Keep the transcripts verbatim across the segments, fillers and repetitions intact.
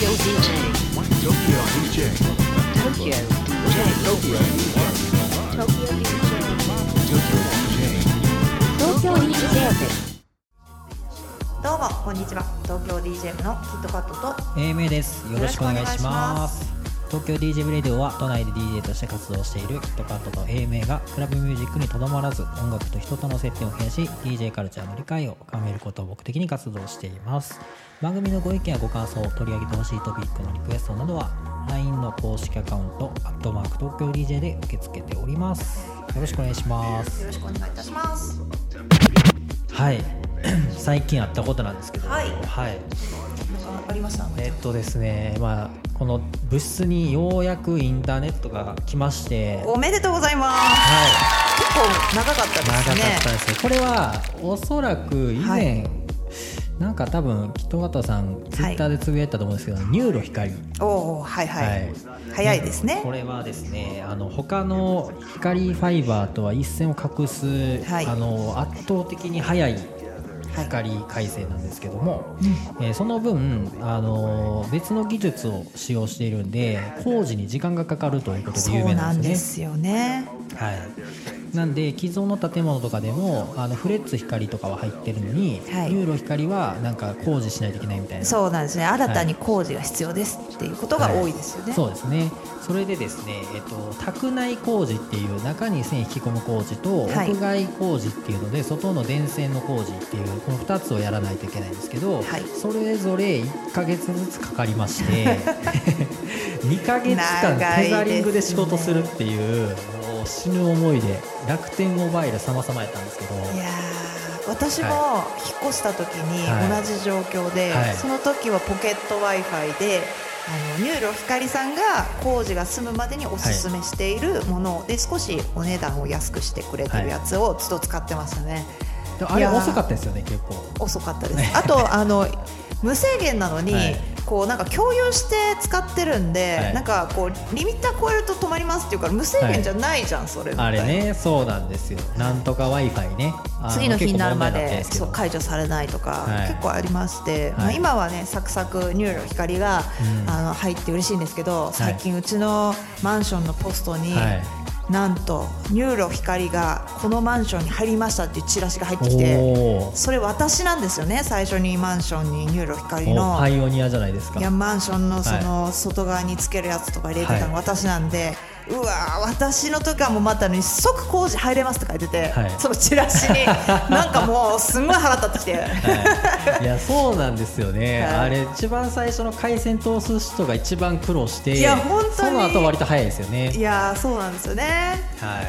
どうもこんにちは。東京 ディージェー のキットカットとエーエムエー です。よろしくお願いします。東京 ディージェー ブレディオは都内で ディージェー として活動しているキットカットと エーエムエー がクラブミュージックにとどまらず音楽と人との接点を増やし ディージェー カルチャーの理解を深めることを目的に活動しています。番組のご意見やご感想、取り上げてほしいトピックのリクエストなどは ライン の公式アカウントアットマーク東京 ディージェー で受け付けております。よろしくお願いします。 よろしくお願いいたします。 はい最近あったことなんですけど、 はい、 はい、 ありました。 えっとですね、まあこの部室にようやくインターネットが来まして、 おめでとうございます。 はい、 結構長かったですね。 長かったですね。これはおそらく以前、はい、なんか多分キットカットさんツイッターでつぶやいたと思うんですけど、はい、ニューロ光、 おー、はいはい、はい、早いですね。 これはですね、あの他の光ファイバーとは一線を画す、はい、あの圧倒的に速い光回線なんですけども、うん、えー、その分、あのー、別の技術を使用しているんで工事に時間がかかるということで有名なんですね。 そうなんですよね。 はい、なんで既存の建物とかでもあのフレッツ光とかは入ってるのに、はい、ニューロ光はなんか工事しないといけないみたいな。 そうなんですね。新たに工事が必要ですっていうことが多いですよね。はい、 そうですね。それでですね、えっと、宅内工事っていう中に線引き込む工事と、はい、屋外工事っていうので外の電線の工事っていうこのふたつをやらないといけないんですけど、はい、それぞれいっかげつずつかかりましてにかげつかんテザリングで仕事するっていう、もう死ぬ思いで楽天モバイル様々やったんですけど、 いや私も引っ越した時に同じ状況で、はいはい、その時はポケット Wi-Fi であのニューロ光さんが工事が済むまでにおすすめしているもので、少しお値段を安くしてくれてるやつをずっと使ってましたね。 あれ遅かったですよね。結構遅かったです。あとあの無制限なのに、はい、こうなんか共有して使ってるんで、はい、なんかこうリミッター超えると止まりますっていうから無制限じゃないじゃん、はい、それあれね。そうなんですよ。なんとか Wi-Fi ね、 次の日になるまでそう解除されないとか、はい、結構ありまして、はい、まあ、今はねサクサクニューロ光が、うん、あの入って嬉しいんですけど、最近うちのマンションのポストに、はい、なんとニューロ光がこのマンションに入りましたっていうチラシが入ってきて、それ私なんですよね。最初にマンションにニューロ光のパイオニアじゃないですか。 いやマンションのその外側につけるやつとか入れてたの私なんで、はい、うわ私の時はもうまたのに即工事入れますとか言ってて、はい、そのチラシになんかもうすんごい腹立ってきて、 はい、いやそうなんですよね、はい、あれ一番最初の回線通す人が一番苦労して、いや本当にその後割と早いですよね。 いやそうなんですよね、 はい、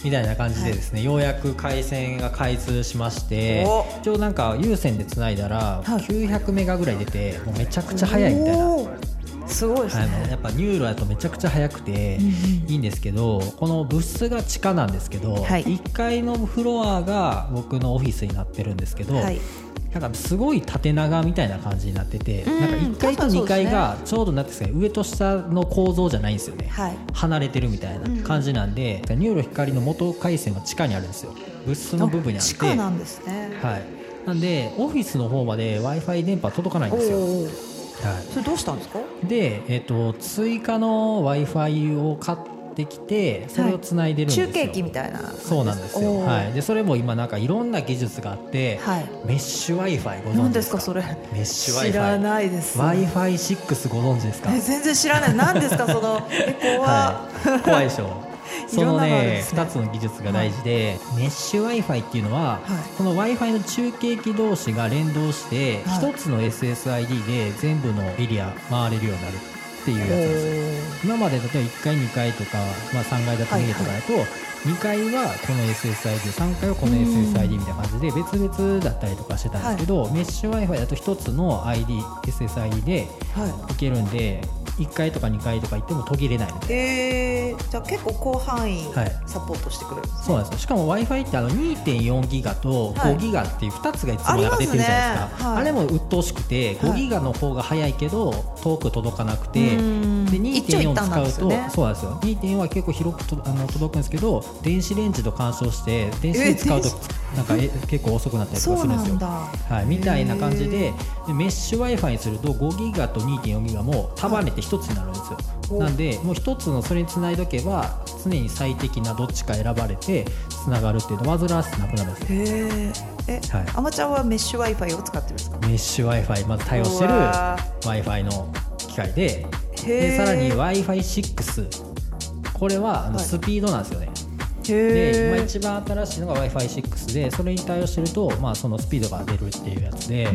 みたいな感じでですね、はい、ようやく回線が開通しまして、一応なんか有線でつないだらきゅうひゃくメガぐらい出て、もうめちゃくちゃ早いみたいな。 すごいですね。 あのやっぱニューロだとめちゃくちゃ速くていいんですけど、うんうん、この部室が地下なんですけど、はい、いっかいのフロアが僕のオフィスになってるんですけど、はい、なんかすごい縦長みたいな感じになってて、うん、なんかいっかいとにかいがちょうどなってですね、上と下の構造じゃないんですよね、はい、離れてるみたいな感じなんで、うん、ニューロ光の元回線は地下にあるんですよ。部室の部分にあって、 地下なんですね、 はい、なんでオフィスの方まで Wi-Fi 電波届かないんですよ。 はい、それどうしたんですか。 で、えー、と追加の Wi-Fi を買ってきてそれをつないでるんですよ、はい、 中継機みたいな。 そうなんですよ、はい、でそれも今なんかいろんな技術があって、はい、メッシュ Wi-Fi ご存知ですか。 何ですかそれ。 メッシュ Wi-Fi 知らないです。 ワイファイシックス ご存知ですか。 え全然知らない。何ですかそのえ怖、 はい、怖いでしょそのねふたつの技術が大事で、はい、メッシュ Wi-Fi っていうのは、はい、この Wi-Fi の中継機同士が連動してひと、はい、つの エスエスアイディー で全部のエリア回れるようになるっていうやつです。今まで例えばいっかいにかいとか、まあ、さんがい建て逃げとかだと、はいはい、にかいはこの エスエスアイディー、さんかいはこの エスエスアイディー みたいな感じで別々だったりとかしてたんですけど、はい、メッシュ Wi-Fi だとひとつの アイディー、エスエスアイディー でいけるんで、いっかいとかにかいとか行っても途切れないみたいな。 えー、じゃあ結構広範囲サポートしてくれるんですね、はい、 そうなんですよ。しかも Wi-Fi ってあの にてんよんギガとごギガっていうふたつがいつもなんか出てるじゃないですか。 あ, す、ね、はい、あれも鬱陶しくてごギガの方が早いけど遠く届かなくてで にてんよん 使うと、ね、そうなんですよ。 にてんよん は結構広くとあの届くんですけど、電子レンジと干渉して電子レンジ使うとなんかえ結構遅くなったりとかするんですよ。はい、みたいな感じ で, でメッシュ Wi-Fi にすると ごギガ と にてんよんギガ も束ねて一つになるんですよ。なんでもう一つのそれにつないどけば常に最適などっちか選ばれてつながるっていうのを煩わしくなくなるんですよ。 へえ、はい、あまちゃんはメッシュ Wi-Fi を使ってるんですか？ メッシュ Wi-Fi まず対応してる Wi-Fi の機械 で, でさらに ワイファイシックス これはあのスピードなんですよね。はい、で今一番新しいのが ワイファイシックス でそれに対応してると、まあ、そのスピードが出るっていうやつで、はい、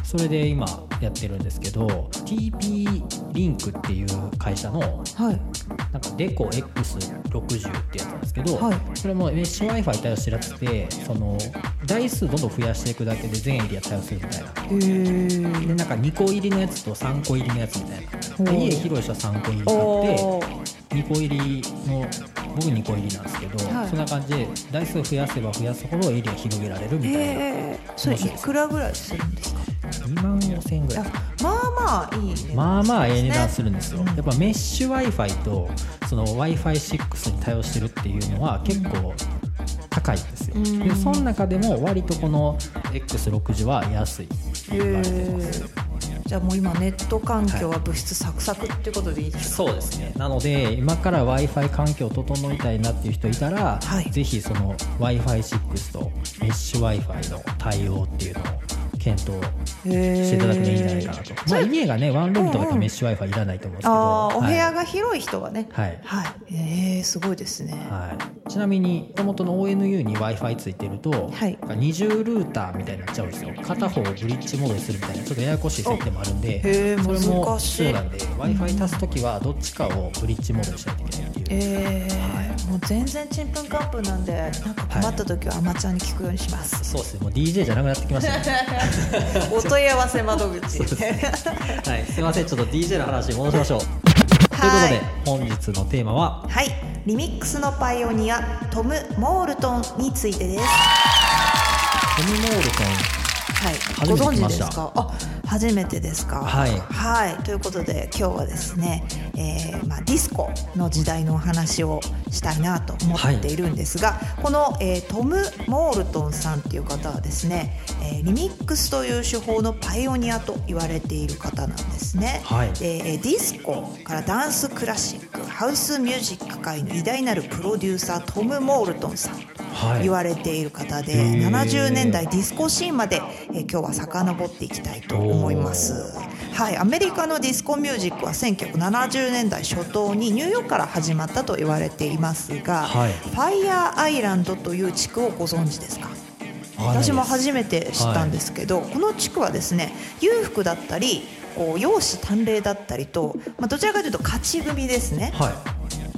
それで今やってるんですけど ティーピー リンクっていう会社の、はい、なんかデコ エックスろくじゅう ってやつなんですけど、はい、それもメッシュ Wi-Fi 対応してるやつでその台数どんどん増やしていくだけで全エリア対応するみたいな。へー。でなんかにこ入りのやつとさんこ入りのやつみたいな。で家広い人はさんこ入り買ってにこ入りの僕にこ入りなんですけど、はい、そんな感じで台数増やせば増やすほどエリア広げられるみたいな。 えー、それいくらぐらいするんですか？ にまんごせんえんぐらい。 まあまあいい値段、ね、 まあまあええ値段するんですよ。やっぱメッシュ Wi-Fi とその ワイファイシックス に対応してるっていうのは結構高いんですよ。でその中でも割とこの エックスろくじゅう は安いって言われてます。 じゃあもう今ネット環境は物質サクサクっていうことでいいですか？ はい、そうですね。なので今から Wi-Fi 環境を整いたいなっていう人いたら、はい、ぜひその ワイファイシックス とメッシュ Wi-Fi の対応っていうのを検討していただくといいんじゃないかなと。まあ、家がねワンルームとかでメッシュ Wi-Fi いらないと思うんですけど、 あ、はい、お部屋が広い人はね、 はいはい、えー、すごいですね。 はい、ちなみに手元の オーエヌユー に Wi-Fi ついてると、はい、二重ルーターみたいになっちゃうんですよ。片方をブリッジモードにするみたいなちょっとややこしい設定もあるんで、 へー、 それもそうなんで Wi-Fi 足すときはどっちかをブリッジモードにしないといけないっていう、 えーはい、もう全然ちんぷんかんぷんなんでなんか困ったときはあまちゃんに聞くようにします。 はい、そうですね。もう ディージェー じゃなくなってきましたね。 お問い合わせ窓口。 はい、すいません、ちょっと ディージェー の話に戻しましょう。ということで本日のテーマは、 はい、リミックスのパイオニアトム・モールトンについてです。 トム・モールトン、 はい、ご存知ですか？あ、初めてですか？ はい、 はい、ということで今日はですね、えーまあ、ディスコの時代のお話をしたいなと思っているんですが、はい、この、えー、トム・モールトンさんっていう方はですね、えー、リミックスという手法のパイオニアと言われている方なんですね。はい、でディスコからダンスクラシックハウスミュージック界の偉大なるプロデューサートム・モールトンさんと言われている方で、はい、ななじゅうねんだいディスコシーンまで、えー、今日は遡っていきたいと思います。はい、アメリカのディスコミュージックはせんきゅうひゃくななじゅうねんだい初頭にニューヨークから始まったと言われていますが、はい、ファイヤーアイランドという地区をご存知ですか？私も初めて知ったんですけど、はい、この地区はですね、裕福だったりこう容姿端麗だったりと、まあ、どちらかというと勝ち組ですね、はい、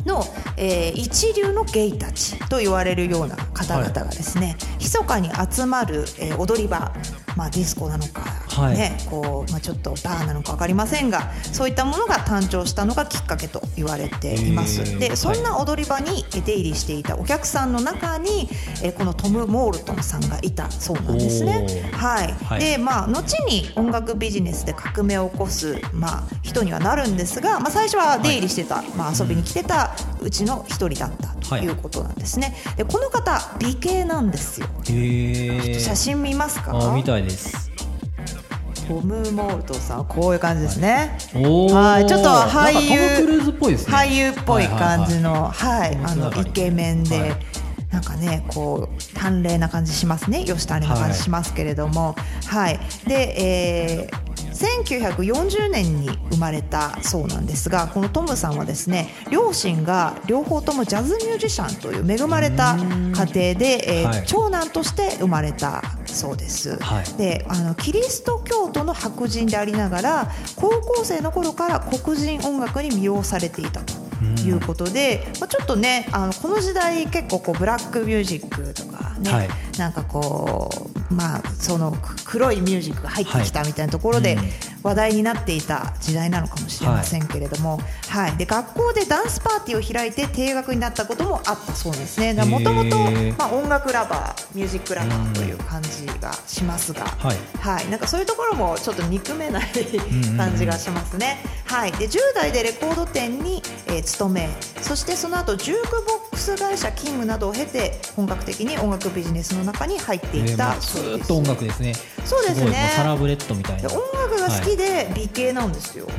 の、えー、一流のゲイたちと言われるような方々がですね、はい、密かに集まる、えー、踊り場、まあ、ディスコなのか、ね、はい、こうまあ、ちょっとバーなのか分かりませんが、そういったものが誕生したのがきっかけと言われています。でそんな踊り場に出入りしていたお客さんの中に、えー、このトム・モールトンさんがいたそうなんですね。はいはい、でまあ、後に音楽ビジネスで革命を起こす、まあ、人にはなるんですが、まあ、最初は出入りしてた、はい、まあ、遊びに来てたうちの一人だったということなんですね。でこの方美形なんですよ。 へー、 ちょっと写真見ますか？ あ、見たいです。 トム・モールトンさんはこういう感じですね。 はい、 はい、ちょっと俳優、 トム・クルーズっぽいですね。 俳優っぽい感じの、はい、あのイケメンで、はい、なんかねこう端麗な感じしますね。よし端麗な感じしますけれども、はい、はい、で、えーせんきゅうひゃくよんじゅうねんに生まれたそうなんですが、このトムさんはですね、両親が両方ともジャズミュージシャンという恵まれた家庭で、えーはい、長男として生まれたそうです。はい、であのキリスト教徒の白人でありながら高校生の頃から黒人音楽に魅了されていたということで、まあ、ちょっとねあのこの時代結構こうブラックミュージックとかね、はい、なんかこうまあその黒いミュージックが入ってきたみたいなところで、はい、 話題になっていた時代なのかもしれませんけれども、はいはい、で学校でダンスパーティーを開いて定額になったこともあったそうですね。もともと音楽ラバーミュージックラバーという感じがしますが、はいはい、なんかそういうところもちょっと憎めない感じがしますね。はい、でじゅう代でレコード店に、えー、勤め、そしてその後ジュークボックス会社勤務などを経て本格的に音楽ビジネスの中に入っていったそうです。 ずっと音楽ですね。 そうですね。 すごいもうサラブレッドみたいな。 音楽が好きで理系なんですよ、はい、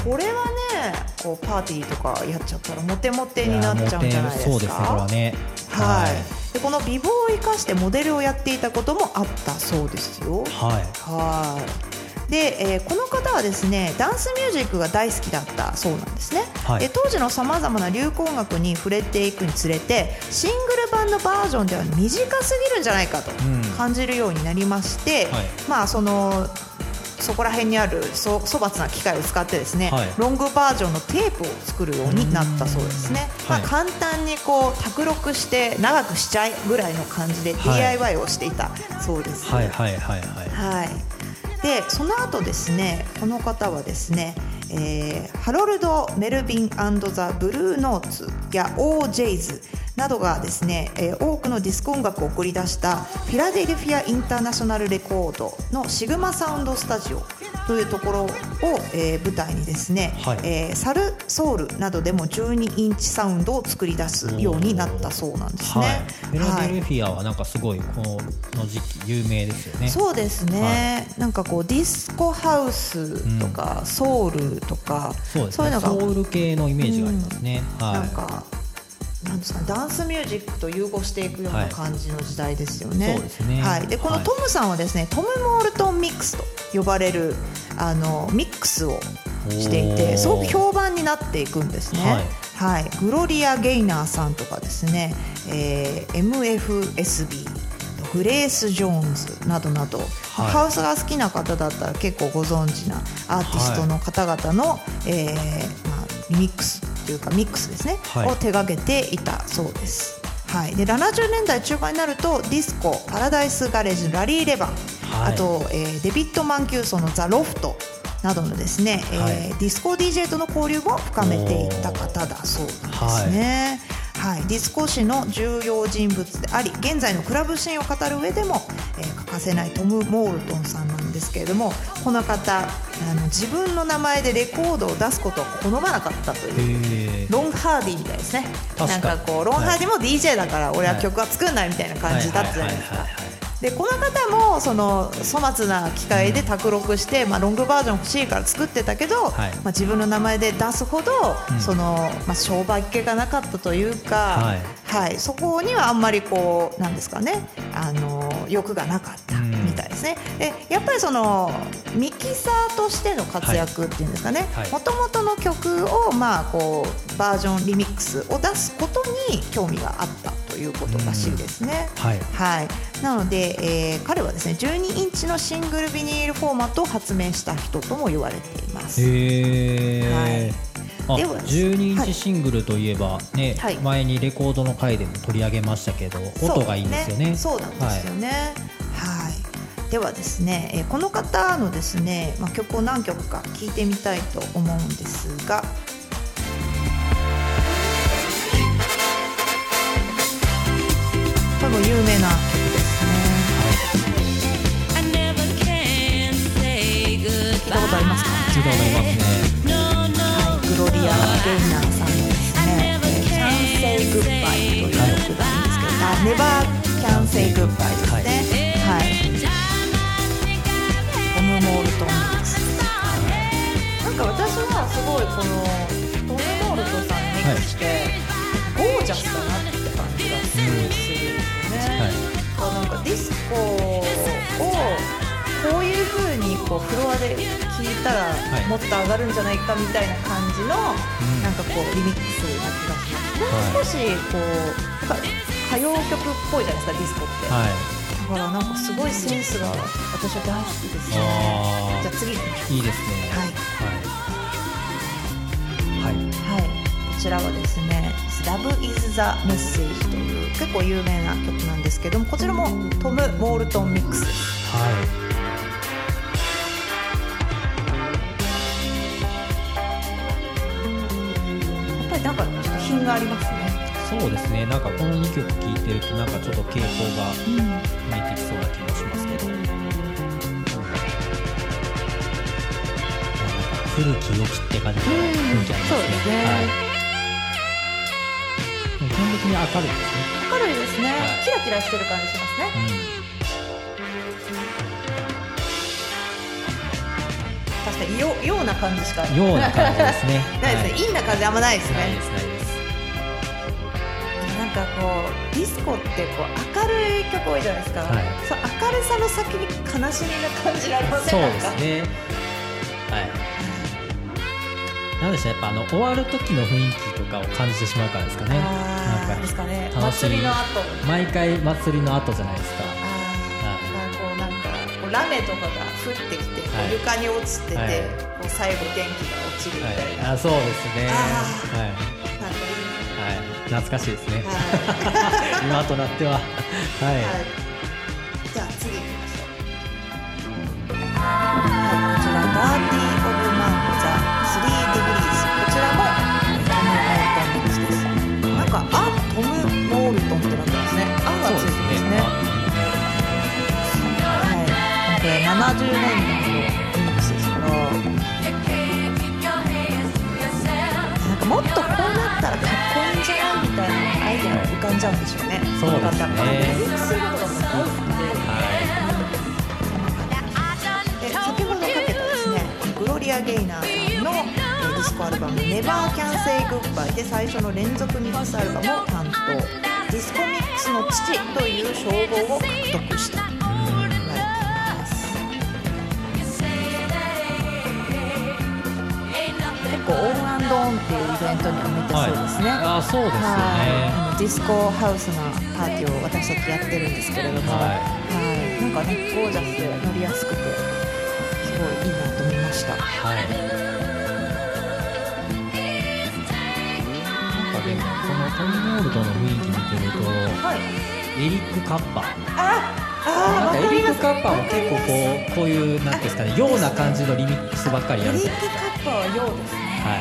これはねこうパーティーとかやっちゃったらモテモテになっちゃうんじゃないですか。 そうですね、これはね。 はい、でこの美貌を生かしてモデルをやっていたこともあったそうですよ。はいはいで、えー、この方はですねダンスミュージックが大好きだったそうなんですね、はい、で当時のさまざまな流行音楽に触れていくにつれてシングル版のバージョンでは短すぎるんじゃないかと感じるようになりまして、うんはい、まあそのそこら辺にあるそ粗末な機械を使ってですね、はい、ロングバージョンのテープを作るようになったそうですね、まあ、簡単にこう卓録して長くしちゃいぐらいの感じで ディーアイワイ をしていたそうです。 はいはいはいはい、 はいでその後ですねこの方はですね、えー、ハロルド・メルビン&ザ・ブルーノーツや オージェイズ などがですね、えー、多くのディスコ音楽を送り出したフィラデルフィア・インターナショナルレコードのシグマサウンドスタジオというところを、えー、舞台にですね、はいえー、サルソウルなどでもじゅうにインチサウンドを作り出すようになったそうなんですね、はい、 フィラデルフィアはなんかすごいこの時期有名ですよね。 そうですね、はい、なんかこうディスコハウスとか、うん、ソウルとかそうですね、そういうのがソウル系のイメージがありますね、 うんはい、なんかなんですかね、ダンスミュージックと融合していくような感じの時代ですよね。 はい、そうですね、 はい、でこのトムさんはですね、はい、トム・モールトンミックスと呼ばれるあのミックスをしていてすごく評判になっていくんですね。はいはい、グロリア・ゲイナーさんとかですね、えー、エムエフエスビー、グレース・ジョーンズなどなど、はい、ハウスが好きな方だったら結構ご存知なアーティストの方々の、はいえーまあ、リミックスというかミックスですね、はい、を手掛けていたそうです。はい、でななじゅうねんだい中盤になるとディスコ、パラダイスガレージのラリー・レバン、はい、あと、えー、デビッド・マンキューソンのザ・ロフトなどのですね、はいえー、ディスコ ディージェー との交流も深めていった方だそうなんですね。はいはい、ディスコ史の重要人物であり現在のクラブシーンを語る上でも、えー、欠かせないトム・モールトンさんなんですけれども、この方あの自分の名前でレコードを出すことを好まなかったというロン・ハーディみたいですね。なんかこうロン・ハーディも ディージェー だから俺は曲は作んないみたいな感じだったじゃないですか。でこの方もその粗末な機械で卓録して、まあ、ロングバージョン欲しいから作ってたけど、はいまあ、自分の名前で出すほど、うんそのまあ、商売っ気がなかったというか、はいはい、そこにはあんまりこうなんですかね、あの欲がなかったみたいですね。でやっぱりそのミキサーとしての活躍っていうんですかね、もともとの曲を、まあ、こうバージョンリミックスを出すことに興味があったということらしいですね。はいはい、なので、えー、彼はですねじゅうにインチのシングルビニールフォーマットを発明した人とも言われています。へー、はい、あじゅうにインチシングルといえば、ねはい、前にレコードの回でも取り上げましたけど、音がいいんですよね。 そうなんですよね、はいはい、ではですね、えー、この方のですね、まあ、曲を何曲か聴いてみたいと思うんですが、これも有名な曲ですね。聞いたことありますか？ 聞いたことありますね。 はい、グロリア・ゲイナーさんのですね、Can't Say Goodbye という曲なんですけど、あ、Never Can Say Goodbye ですね。はい。トム・モールトンミックス。なんか私はすごいこのトム・モールトンさんのミックスって、はい、ゴージャスだなって感じがするんですよね。はい、なんかディスコをこういう風にこうフロアで聴いたらもっと上がるんじゃないかみたいな感じの、はい、なんかこうリミックスな気がします。もう少しこうなんか歌謡曲っぽいじゃないですかディスコって、はい、だからなんかすごいセンスが私は大好きですね。じゃあ次行きましょう。 いいですね。 はい、はいはいはい、こちらはですね Love is the Message という結構有名な曲なんですけども、こちらもトム・モールトンミックスです。はい。 がありますね。 そうですね、なんかこのにきょく聴いてるとなんかちょっと傾向が見えてきそうな気もしますけど、うん、なんか古き良きって感じの雰囲気ありますね。 そうですね、はい、 基本的に明るいですね。 明るいですね、はい、キラキラしてる感じしますね、うん、確かによような感じしかような感じですねないですね、はい、陰な感じあんまないですね。 ないですないです。 なんかこうディスコってこう明るい曲多いじゃないですか、はい、そう明るさの先に悲しみな感じがありませんか？ そうですね、はい、なんでしょう、やっぱあの終わる時の雰囲気とかを感じてしまうからですかね。 あなんかですかね、祭りの後毎回祭りの後じゃないですか。 あ、はい、こうなんかこうラメとかが降ってきて、はい、床に落ちてて、はい、こう最後電気が落ちるみたいな、 はい、あそうですね、 あ、 はい、 なんかいい、 はい、懐かしいですね、 はい、 今となっては、はい、はい、 じゃあ次行きましょう、はい、こちらダーティー・オブ・マン・ザ・スリー・ディグリーズ、こちらもトム・モートンミックスです。なんかアン・トム・モールトンってなってますね。アンがついてますね。はい、これななじゅうねんだいのミックスですから、なんかもっとこうなったらかっこいいんじゃないみたいなアイデアが浮かんじゃうんでしょうね。 そうですね。 リミックスすることが大好きで、はい、で先ほどかけたですね、グロリア・ゲイナーさんのディスコアルバム Never Can Say Goodbye で最初の連続ミックスアルバムを担当、ディスコミックスの父という称号を獲得したと言われています。結構オンアンドオンっていうイベントには向いてそうですね、 はい、あそうですよね、 はい、ディスコハウスなパーティーを私たちやってるんですけれども、はいはい、なんかねゴージャスで乗りやすくてすごいいいなと思いました。はい、 でもこのトム・モールドの雰囲気見てると、はい、エリック・カッパー、 ああなんかエリック・カッパーも結構こうこういうなんですかね、ような感じのリミックスばっかりやるじゃないですか。 エリック・カッパーはようですね、 はい、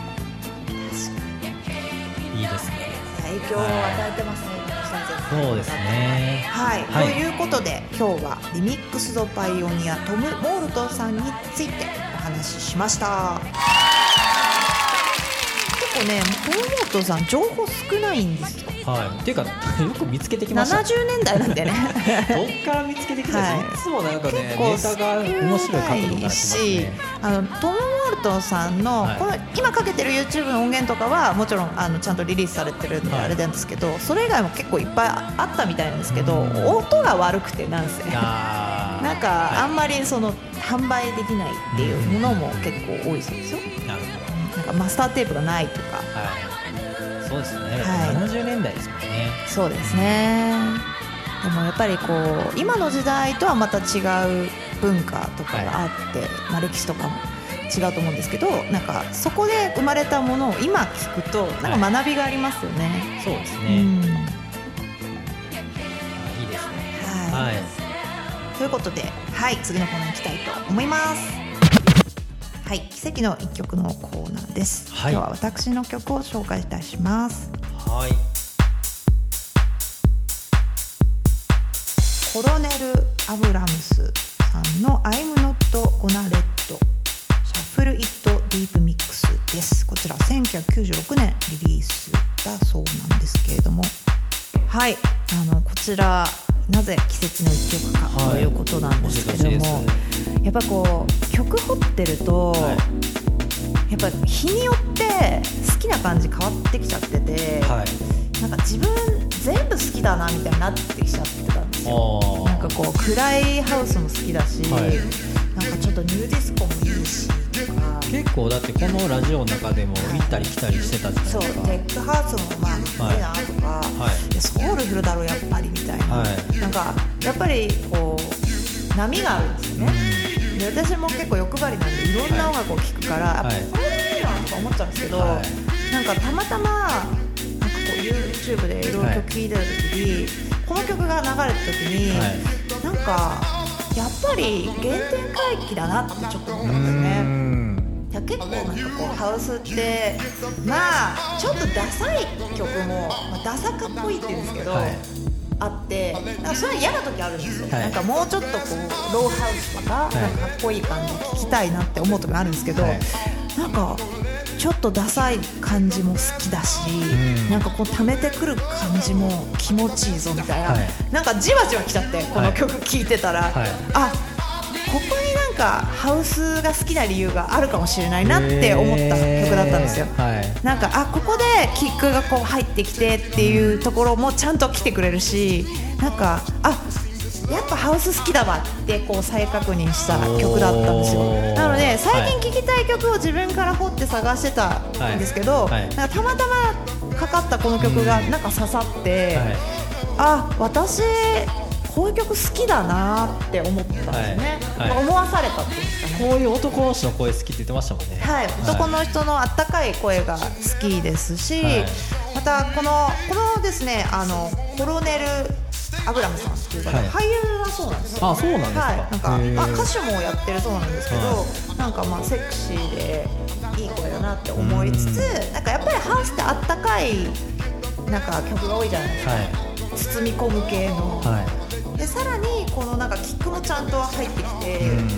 いいですね、 影響を与えてますね、 はい、そうですね、 はい、はい、ということで今日はリミックスのパイオニアトム・モールドさんについてお話ししました。結構ね、トム・モールドさん情報少ないんですよ。 はい、っていうかよく見つけてきました。 ななじゅうねんだいなんでねどっから見つけてきたんですか、はい、いつもなんかねネタが面白い角度になってますね。 あのトム・モールドさんの、はい、この今かけてる YouTube の音源とかはもちろんあのちゃんとリリースされてるんであれなんですけど、はい、それ以外も結構いっぱいあったみたいなんですけど、音が悪くてなんせなんか、はい、あんまりその販売できないっていうものも結構多いそうですよ。 なるほど。 なんかマスターテープがないとか、 はい、そうですね、はい、ななじゅうねんだいですもんね。 そうですね。でもやっぱりこう今の時代とはまた違う文化とかがあって、はい、まあ、歴史とかも違うと思うんですけど、なんかそこで生まれたものを今聞くとなんか学びがありますよね、 はい、そうですね、うん、いいですね、はい、はい、 ということで、はい、次のコーナーに行きたいと思います。はい、奇跡の一曲のコーナーです、はい、今日は私の曲を紹介いたします。 はい、 コロネル・アブラムスさんの I'm Not Gonna Let Shuffle It Deep Mix です。こちらせんきゅうひゃくきゅうじゅうろくねんリリースだそうなんですけれども、はい、あのこちらなぜ奇跡の一曲かということなんですけれども、はい、やっぱこう曲掘ってると、はい、やっぱ日によって好きな感じ変わってきちゃってて、はい、なんか自分全部好きだなみたいになってきちゃってたんですよ。なんかこう暗いハウスも好きだし、はい、なんかちょっとニューディスコもいいしとか、 結構だってこのラジオの中でも行ったり来たりしてたじゃないですか。 そう、テックハウスもまあ好きだなとか、はい、ソウルフルだろうやっぱりみたいな、はい、なんかやっぱりこう波があるんですよね、うん、で私も結構欲張りなんでいろんな音楽を聴くから、はい、やっぱこれでいいなとか思っちゃうんですけど、はい、なんかたまたまなんかこう YouTube でいろいろ曲聴いてた時に、はい、この曲が流れた時に、はい、なんかやっぱり原点回帰だなってちょっと思ったんですね。例結構なんかこうハウスってまあちょっとダサい曲も、まあ、ダサかっこいいって言うんですけど、はい、あってなんかそれ嫌な時あるんですよ、はい、なんかもうちょっとこうローハウスとか、はい、なんかかっこいい感じ聞きたいなって思う時もあるんですけど、はい、なんかちょっとダサい感じも好きだし、うん、なんかこう溜めてくる感じも気持ちいいぞみたいな、はい、なんかじわじわきちゃってこの曲聴いてたら、はいはい、あここになんかハウスが好きな理由があるかもしれないなって思った曲だったんですよ、はい、なんかあここでキックがこう入ってきてっていうところもちゃんと来てくれるし、なんかあやっぱハウス好きだわってこう再確認した曲だったんですよ。なので最近聴きたい曲を自分から掘って探してたんですけど、はいはい、なんかたまたまかかったこの曲がなんか刺さって、はい、あ私こういう曲好きだなって思ったんですね、はいはい、思わされたっていうんですかね。 こういう男の人の声好きって言ってましたもんね。 はい、男の人のあったかい声が好きですし、はい、またこのこのですねあのコロネルアブラムさんっていう方、はい、俳優はそうなんですよ。 あ、そうなんですか。はい、なんかあ歌手もやってるそうなんですけど、はい、なんかまあセクシーでいい声だなって思いつつ、なんかやっぱりハウスってあったかいなんか曲が多いじゃないですか、はい、包み込む系の、はい、でさらにこのなんかキックもちゃんと入ってきて、うん、これ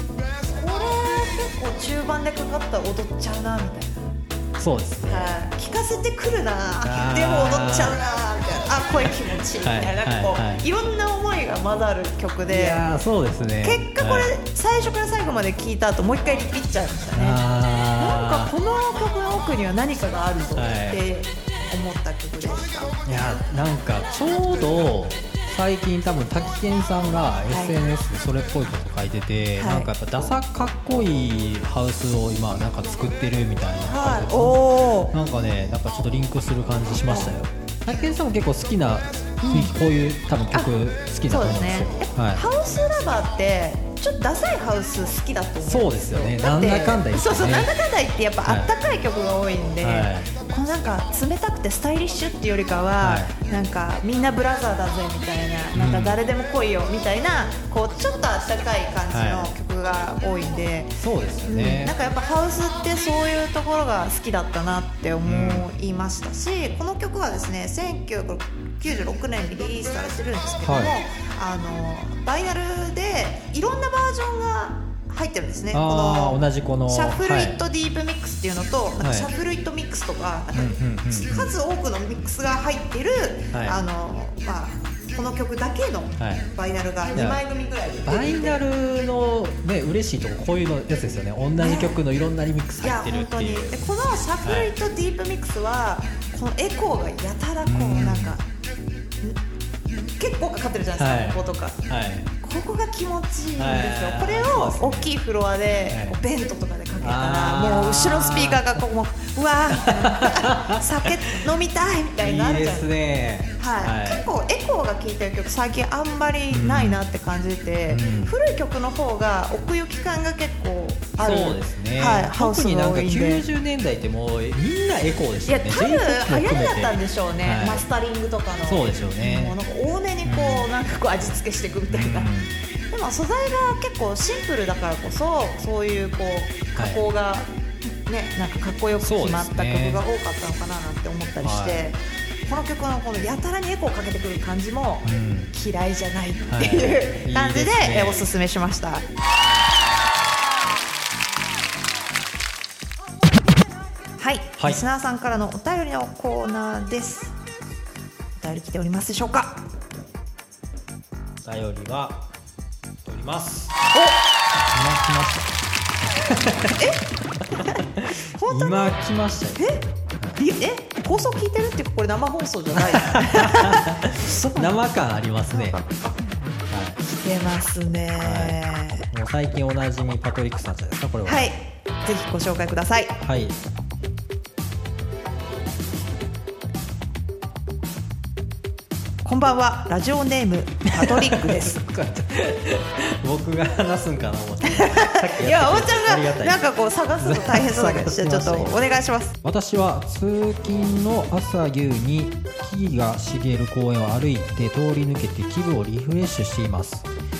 結構中盤でかかったら踊っちゃうなみたいな。 そうですね、 聞かせてくるなでも踊っちゃうなみたいな、あ声気持ちいいみたいな、はい、なんかこう、はいはい、いろんな思いが混ざる曲で、 いやそうですね、 結果これ、はい、最初から最後まで聴いた後もう一回リピっちゃいましたね。なんかこの曲の奥には何かがあるぞって思った曲でした、はい、 いやなんかちょうど最近多分滝健さんが エスエヌエス でそれっぽいこと書いてて、はい、なんかやっぱダサかっこいいハウスを今なんか作ってるみたいな、はい、おなんかねなんかちょっとリンクする感じしましたよ。滝健さんも結構好きな、うん、こういう多分曲好きだと思うんですよ。 そうですね、はい、ハウスラバーってちょっとダサいハウス好きだと思うんですよ。 そうですよね。なんだかんだ言って、ね、 そうそうなんだかんだ言ってやっぱあったかい曲が多いんで、はい、このなんか冷たくてスタイリッシュっていうよりかは、はい、なんかみんなブラザーだぜみたいな、なんか誰でも来いよみたいな、こうちょっとあったかい感じの曲が多いんで、はい、 そうですよね、 うん、なんかやっぱハウスってそういうところが好きだったなって思いましたし、うん、この曲はですねせんきゅうひゃくきゅうじゅうろくねんにリリースされてるんですけども、はい、あのバイナルでいろんなバージョンが入ってるんですね。 あこの同じこのシャッフルイットディープミックスっていうのと、はい、なんかシャッフルイットミックスとか、なんか数多くのミックスが入ってる、はい、あのまあこの曲だけのバイナルがにまい組ぐらいで出てて、 バイナルのね嬉しいとここういうのやつですよね。同じ曲のいろんなリミックス入ってるっていう。いや本当に。でこのシャッフルイットディープミックスはこのエコーがやたらこうなんか結構かかってるじゃないですか、はい、こことか、はい、ここが気持ちいいんですよ、はい、これを大きいフロアで、はい、ベントとかでかけたらもう後ろのスピーカーがこうもううわー酒飲みたいみたいになるじゃないですか。いいですね、はいはい、結構エコーが効いてる曲最近あんまりないなって感じて、うん、古い曲の方が奥行き感が結構ある。 そうですね、はい、ハウスが多いんで、特になんかきゅうじゅうねんだいってもうみんなエコーでしたよね。 いや多分流行りだったんでしょうね、はい、マスタリングとかの。 そうでしょうね。 もうなんか多めにこう、うん、なんかこう味付けしていくみたいな、うん、でも素材が結構シンプルだからこそそういうこう加工が、はいね、なんかかっこよく決まった曲が多かったのかななんて思ったりして、はい、この曲のこのやたらにエコーかけてくる感じも嫌いじゃないっていう感じでおすすめしました。はい、はい、リスナーさんからのお便りのコーナーです。お便り来ておりますでしょうか。 お便りは来ております。 お、今来ましたえ今来ましたよ。 ええ放送聞いてるっていうかこれ生放送じゃない生感ありますね。はい、 来てますね、 はい、もう最近おなじみパトリックさんじゃないですかこれは。 はい、ぜひご紹介ください。 はい、 こんばんは、ラジオネームパトリックです僕が話すんかな思っていや、おばちゃんがなんかこう探すの大変そうだからちょっとお願いします。 私は通勤の朝夕に木々が茂る公園を歩いて通り抜けて気分をリフレッシュしています。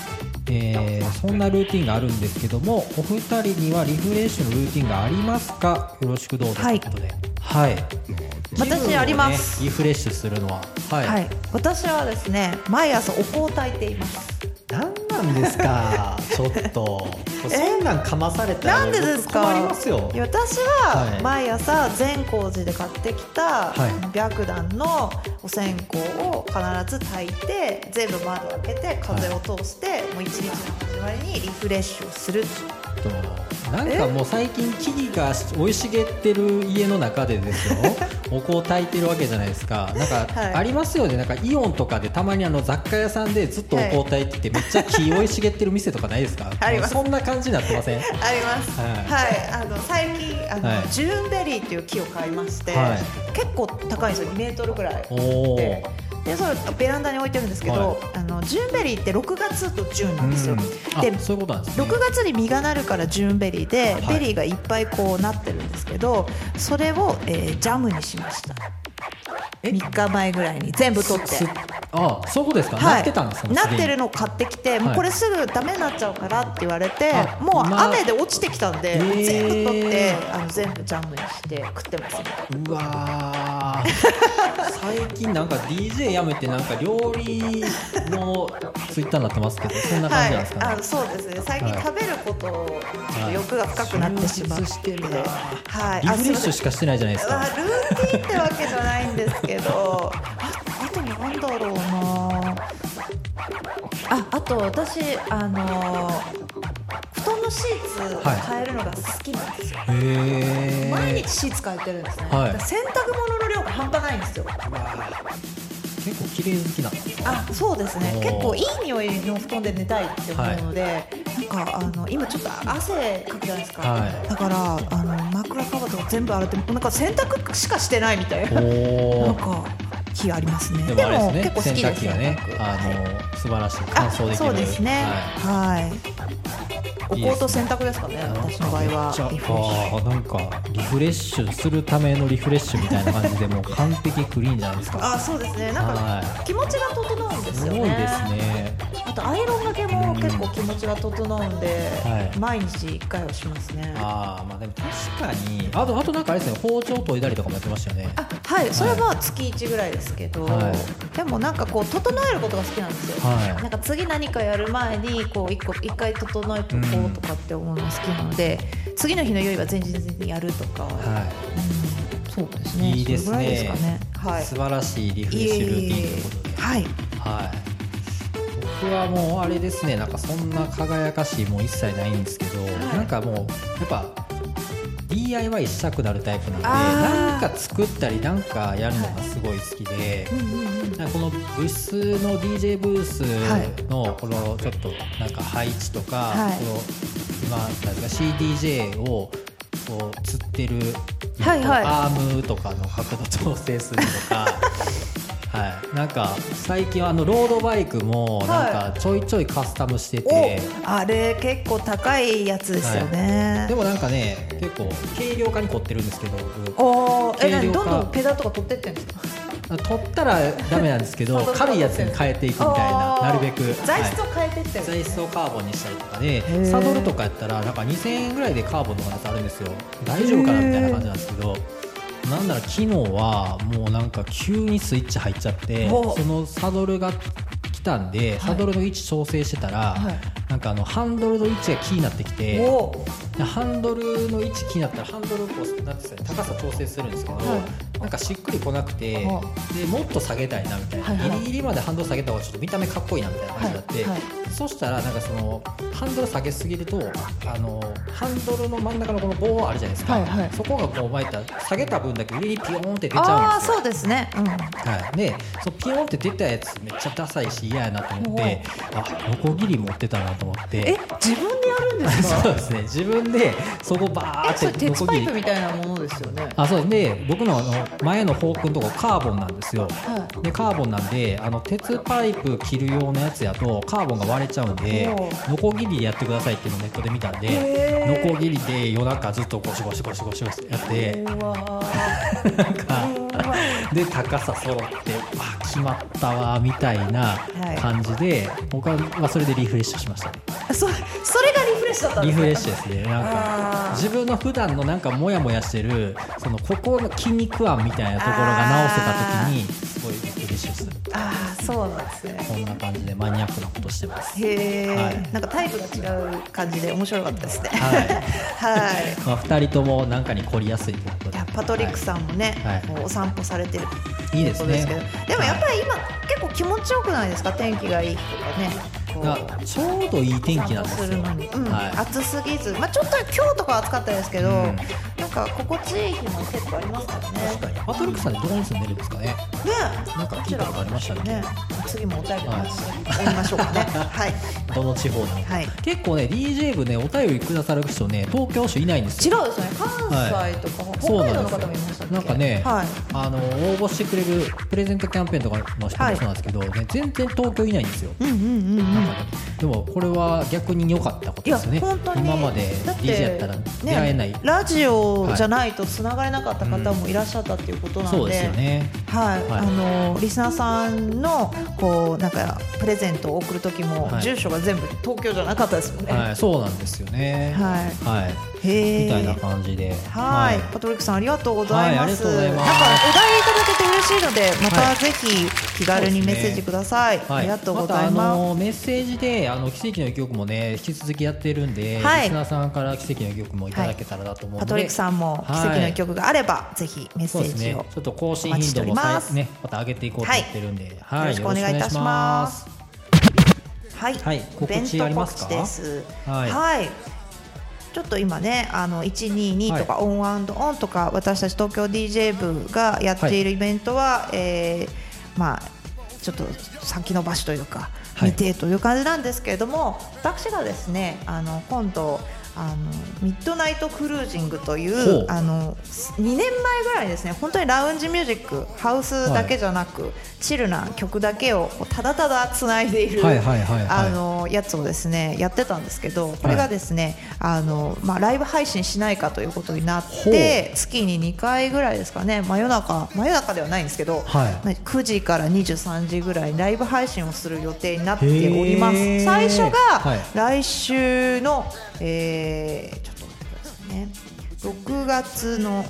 えー、そんなルーティンがあるんですけども、お二人にはリフレッシュのルーティンがありますか？よろしくどうぞということで。はい、はい、 私あります、 ね、リフレッシュするのは、はい、はい、 私はですね、毎朝お香を焚いています。 なんなんですかちょっとそんなんかまされたらなんでですか？ 困りますよ。 私は毎朝善光寺で買ってきた白檀のお線香を必ず焚いて、全部窓を開けて風を通して、はい、もう一日の始まりにリフレッシュをすると。なんかもう最近木々が生い茂ってる家の中でですよお香を焚いてるわけじゃないですか。なんかありますよね、なんかイオンとかでたまにあの雑貨屋さんでずっとお香を焚いてて、めっちゃ木生い茂ってる店とかないですか？ あります。 そんな感じになってません？ あります、はいはい、あの最近あの、はい、ジューンベリーっていう木を買いまして、はい、結構高いんですよ。にメートルぐらいで、でそれベランダに置いてるんですけど、はい、あのジューンベリーってろくがつとジューンなんですよ。でそういうことなんですね。 ろくがつに実がなるからジューンベリーで、はい、ベリーがいっぱいこうなってるんですけど、それを、えー、ジャムにしました。みっかまえぐらいに全部取って。 ああ、そういうことですか、 はい、 なってたんですか？ なってるのを買ってきて、はい、もうこれすぐダメになっちゃうからって言われて、もう雨で落ちてきたんで、えー、全部取ってあの全部ジャムにして食ってますね。 うわ最近なんか ディージェー やめてなんか料理のツイッターになってますけど、そんな感じなんですかね。 はい、あそうですね、最近食べることを欲が深くなってしまって、 してるな、はい、リフレッシュしかしてないじゃないですか。 ルーティンってわけじゃないんですけどあ, あとなんだろうなああと私あの布団のシーツ変えるのが好きなんですよ、はい、へ毎日シーツ変えてるんですね、はい、洗濯物の量が半端ないんですよ。 結構綺麗好きな。 あ、そうですね。結構いい匂いの布団で寝たいって思うので、はい、なんかあの今ちょっと汗かくじゃないですか、はい、だからあの枕カバーとか全部洗ってなんか洗濯しかしてないみたいななんか気ありますね。 でもあれですね、 結構好きです。洗濯機がね、あの素晴らしい乾燥できる。 そうですね、はい、はい、お香と洗濯ですかね、私の場合は。リフレッシュ、 あなんかリフレッシュするためのリフレッシュみたいな感じでもう完璧クリーンじゃないですか。 あ、そうですね、なんか気持ちが整うんですよね。 すごいですね。 あとアイロンがけも結構気持ちが整うんで、うん、毎日いっかいはしますね。 あ、まあでも確かにあとあとなんかあれですね、包丁研いだりとかもやってましたよね。 あ、はい、それはまあ月いちぐらいですけど、はい、でもなんかこう整えることが好きなんですよ、はい、なんか次何かやる前にこう一個一回整えとこうとかって思うのが好きなので、うん、次の日の用意は前日にやるとか、はい、うん、そうですね、 いいですね、 それぐらいですかね、はい、 素晴らしいリフレッシュルーティンということで、 はい、 はい、僕はもうあれですね、なんかそんな輝かしいもう一切ないんですけど、はい、なんかもうやっぱ ディーアイワイ したくなるタイプなんで、なんか作ったりなんかやるのがすごい好きで、はい、なんかこのブースの ディージェー ブースのこのちょっとなんか配置とか、はい、この今なんか シーディージェー をこう釣ってる、はいはい、アームとかの角度調整するとかはい、なんか最近あのロードバイクもなんかちょいちょいカスタムしてて、 はい、あれ結構高いやつですよね、 はい、でもなんかね結構軽量化に凝ってるんですけど、 おえ何どんどんペダルとか取ってってんですか？ 取ったらダメなんですけど軽いやつに変えていくみたいな、なるべく材質を変えてってる、 はい、材質をカーボンにしたりとかで、サドルとかやったらなんかにせんえんぐらいでカーボンとかのやつあるんですよ。大丈夫かなみたいな感じなんですけど、なんなら昨日はもうなんか急にスイッチ入っちゃって、そのサドルが来たんで、はい、サドルの位置調整してたら、はい、なんかあのハンドルの位置がキーになってきて、ハンドルの位置キーになったらハンドルをこうなんていうんですかね、高さ調整するんですけど、はい、なんかしっくりこなくて、でもっと下げたいなみたいな、はいはい、ギリギリまでハンドル下げた方がちょっと見た目かっこいいなみたいな感じになって、はいはい、そしたらなんかそのハンドル下げすぎるとあのハンドルの真ん中のこの棒あるじゃないですか、はいはい、そこがこう巻いた下げた分だけ上にピヨーンって出ちゃうんですよ。 あ、そうですね、うん、 はい、でそのピヨーンって出たやつめっちゃダサいし嫌やなと思って、あ、ノコギリ持ってたなと思って、 え、自分でやるんですか？ そうですね、自分でそこバーってノコギリ、 鉄パイプみたいなものですよね。 あ、そうで、僕のあの前のフォークのとこカーボンなんですよ、はい、でカーボンなんであの鉄パイプ切る用のやつやとカーボンが割れちゃうんで、ノコギリでやってくださいっていうのをネットで見たんで、ノコギリで夜中ずっとゴシゴシゴシゴシゴシやって、なんかで高さ揃ってあ決まったわみたいな感じで、はい、僕はそれでリフレッシュしましたね。 そ, それがリフレッシュだったんですか？ リフレッシュですね。なんか自分の普段のなんかモヤモヤしてるそのここの筋肉案みたいなところが直せた時にすごいリフレッシュする。 ああそうなんですね。 こんな感じでマニアックなことしてます。 へえ、はい、なんかタイプが違う感じで面白かったですね。はい、はい。 まあ、ふたりともなんかに凝りやすいということで、 パトリックさんもね、はい、こうお散歩されてるいいですね。 でもやっぱり今、はい、結構気持ちよくないですか？天気がいい日とかね。 ちょうどいい天気なんですよ。するのに、 うんはい、暑すぎず、まあ、ちょっと今日とか暑かったですけど、うん、なんか心地いい日も結構ありますからね。 確かに。パトリックさんでどこに住んでるんですかね。ね、なんか聞いたことありましたね。ね、 次もお便りお願いましょうかね。はい。 どの地方なのか、はい、結構ね ディージェー 部ねお便りくださる人ね東京市いないんですよ。 違うですね。関西とか、はい、北海道の方もいましたっけ？ なんかね、はい、あの応募してくれるプレゼントキャンペーンとかの人もそうなんですけど、ね、全然東京いないんですよ。うんうんうんうん。なんかね、でもこれは逆に良かったことですよね。いや本当に今まで ディージェー やったら出会えない、ね、 ラジオじゃないとつながれなかった方もいらっしゃったっていうことなんで、うん、そうですよね。はい、はい、あのリスナーさんのこうなんかプレゼントを送る時も、はい、住所が全部東京じゃなかったですもんね。 はい、そうなんですよね。はい、はい、 へみたいな感じで、 はい、はい、パトリックさんありがとうございます。はい、ありがとうございます。なんかお題いただけて嬉しいのでまたぜひ気軽にメッセージください。はい、ありがとうございます。 またあのメッセージであの奇跡の一曲もね引き続きやってるんで、はい、リスナーさんから奇跡の一曲もいただけたらなと思うので、はい、パトリックさんも奇跡の一曲があれば、はい、ぜひメッセージを、ね、ちょっと更新頻度もさい、ね、また上げていこうと思ってるんで、はいはい、よろしくお願いいたします。はい、はい、告知ありますか？イベント告知です。はい、はい、ちょっと今ねあのいちににとか、はい、オンアンドオンとか私たち東京 ディージェー 部がやっているイベントは、はい、えー、まあちょっと先延ばしというか未定という感じなんですけれども、はい、私がですねあの今度あのミッドナイトクルージングというあのにねんまえぐらいですね本当にラウンジミュージックハウスだけじゃなく、はい、チルな曲だけをただただつないでいるやつをですねやってたんですけどこれがですね、はい、あのまあ、ライブ配信しないかということになって月ににかいぐらいですかね真夜中真夜中ではないんですけど、はい、くじからにじゅうさんじぐらいライブ配信をする予定になっております。最初が来週の、えーえー、ちょっと待ってくださいねろくがつの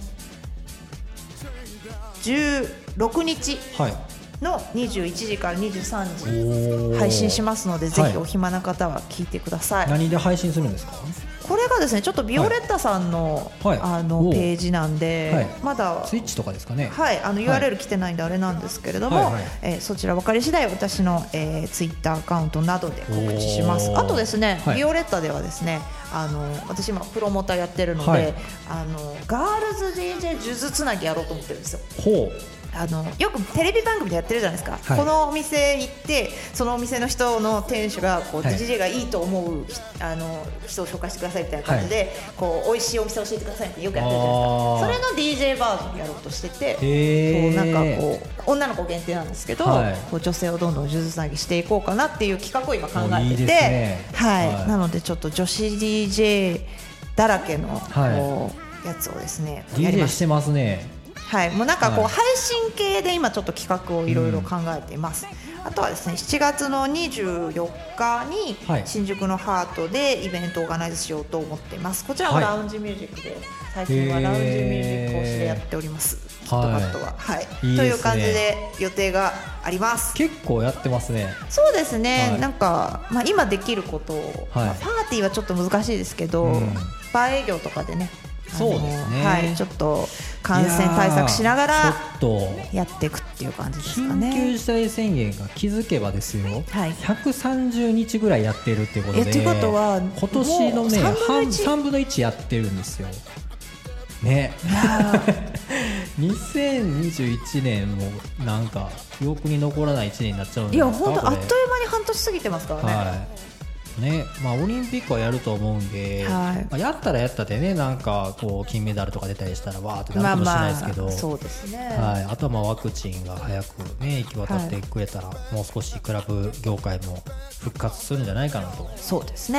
じゅうろくにちのにじゅういちじからにじゅうさんじ配信しますので、ぜひお暇な方は聞いてください。 何で配信するんですか？ これがですねちょっとビオレッタさんの、はい、あのページなんで、はい、まだスイッチとかですかね。 はい、あの ユーアールエル 来てないんであれなんですけれども、はいはい、えー、そちら分かり次第私の、えー、ツイッターアカウントなどで告知します。あとですね、はい、ビオレッタではですねあの私今プロモーターやってるので、はい、あのガールズ ディージェー 数珠つなぎやろうと思ってるんですよ。ほうあのよくテレビ番組でやってるじゃないですか、はい、このお店行ってそのお店の人の店主がこう、はい、ディージェー がいいと思うあの人を紹介してくださいみたいな感じで、はい、こう美味しいお店教えてくださいってよくやってるじゃないですか。それの ディージェー バージョンやろうとしててそうなんかこう女の子限定なんですけど、はい、こう女性をどんどん数珠つなぎしていこうかなっていう企画を今考えてていいですね、はいはい、なのでちょっと女子 ディージェー だらけのこう、やつをですねやります。ディージェー してますね。 はい、もうなんかこう配信系で今ちょっと企画をいろいろ考えています、うん、あとはですねしちがつのにじゅうよっかに新宿のハートでイベントをオーガナイズしようと思っています。こちらもラウンジミュージックで、はい、最近はラウンジミュージック推しでやっております。キットカットは、はいはい、いいという感じで予定があります。 結構やってますね。 そうですね、はい、なんか、まあ、今できることを、はい、まあ、パーティーはちょっと難しいですけど、うん、バー営業とかでねそうですね、 はい、ちょっさん感染対策しながらやっていくっていう感じですかね。 緊急事態宣言が気づけばですよ、はい、ひゃくさんじゅうにちぐらいやってるっていうことで、 ということは今年のねさんぶんのいちやってるんですよね。にせんにじゅういちねんもなんか記憶に残らないいちねんになっちゃうんですか。 いや本当あっという間に半年過ぎてますからね、はいね、まあ、オリンピックはやると思うんで、はい、まあ、やったらやったでねなんかこう金メダルとか出たりしたらわーってなるかもしれないですけど、まあまあそうですね、 はい、あとはまあワクチンが早く、ね、行き渡ってくれたら、はい、もう少しクラブ業界も復活するんじゃないかなと。 そうですね、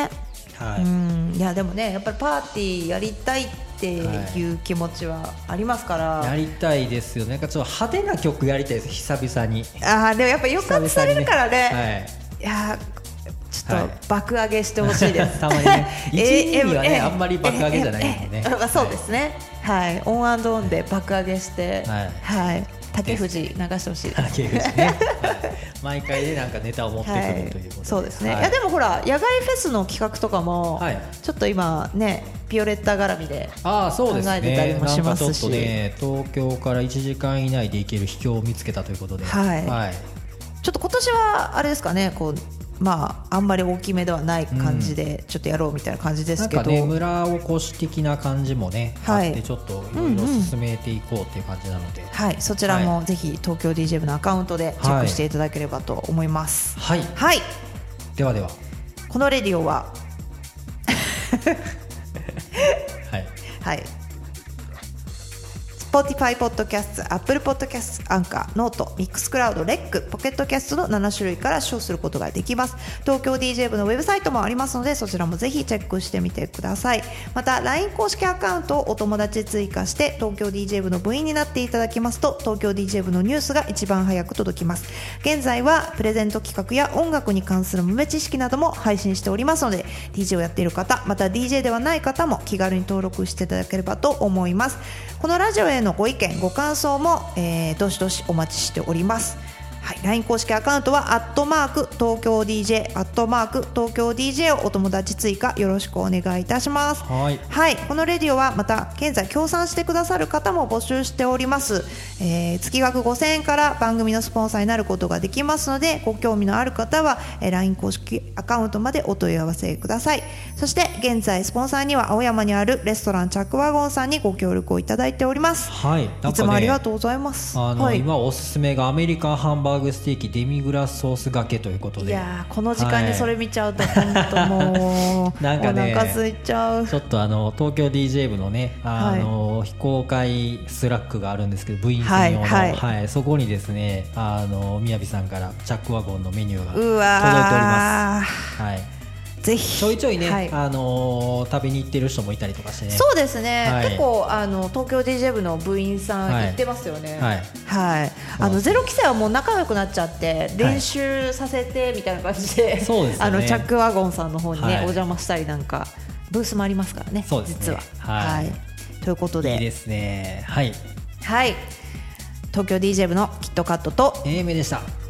はい、うんいやでもねやっぱりパーティーやりたいっていう気持ちはありますから、 はい、やりたいですよね。なんかちょっと派手な曲やりたいです久々に。 あでもやっぱ抑圧されるからね、ねはい、いやちょっと爆上げしてほしいです、 はい、たまにねいちににはねあんまり爆上げじゃないんでね、 そうですね、はい、オンアンドオンで爆上げして、はいはい、竹藤流してほしいです。 竹藤ね、はい、毎回でなんかネタを持ってくるということで、はい、 そうですね、はい、いやでもほら野外フェスの企画とかも、はい、ちょっと今ねピオレッタ絡みで考えてたりもしますし、 あ、そうですね、なんかちょっとね東京からいちじかん以内で行ける秘境を見つけたということで、はいはい、 ちょっと今年はあれですかねこうまあ、あんまり大きめではない感じでちょっとやろうみたいな感じですけど、 うん、なんかね村おこし的な感じもね、はい、あってちょっといろいろ進めていこうっていう感じなので、 うんうん、はい、そちらもぜひ東京 ディージェー 部のアカウントでチェックしていただければと思います。 はい、 はい、 ではではこのレディオははい、 はい、Spotify Podcast、Apple Podcast、Anchor、Note、Mixcloud、レック、ポケットキャストのなな種類から視聴することができます。東京 ディージェー 部のウェブサイトもありますのでそちらもぜひチェックしてみてください。また ライン 公式アカウントをお友達追加して東京 ディージェー 部の部員になっていただきますと東京 ディージェー 部のニュースが一番早く届きます。現在はプレゼント企画や音楽に関する豆知識なども配信しておりますので ディージェー をやっている方また ディージェー ではない方も気軽に登録していただければと思います。このラジオへのご意見ご感想も、えー、どしどしお待ちしております。はい、ライン 公式アカウントはアットマーク東京 ディージェー アットマーク東京 ディージェー をお友達追加よろしくお願いいたします。 はい、 はい、このレディオはまた現在協賛してくださる方も募集しております。えー、月額ごせんえんから番組のスポンサーになることができますのでご興味のある方は、えー、ライン 公式アカウントまでお問い合わせください。そして現在スポンサーには青山にあるレストランチャックワゴンさんにご協力をいただいております。 はい、なんかね、 いつもありがとうございます。 あの、 はい、 今おすすめがアメリカンハンバーグステーキデミグラスソースがけということで、 いやこの時間にそれ見ちゃうと本当もうなんか、ね、お腹空いちゃう。 ちょっとあの東京 ディージェー 部のねあの、はい、非公開スラックがあるんですけど部員専用の、はいはいはい、そこにですねあのみやびさんからチャックワゴンのメニューが届いております。はい、ぜひちょいちょいね、はい、あのー、食べに行ってる人もいたりとかしてね。 そうですね、はい、結構あの東京 ディージェー 部の部員さん行ってますよね。はい、はい、あのゼロ期生はもう仲良くなっちゃって練習させてみたいな感じで、はい、そうですね、あのチャックワゴンさんの方にね、はい、お邪魔したりなんかブースもありますからね。 そうですね、 実は、 はい、はい、 ということでいいですね。はい、 はい、東京 ディージェー 部のキットカットとエーエムでした。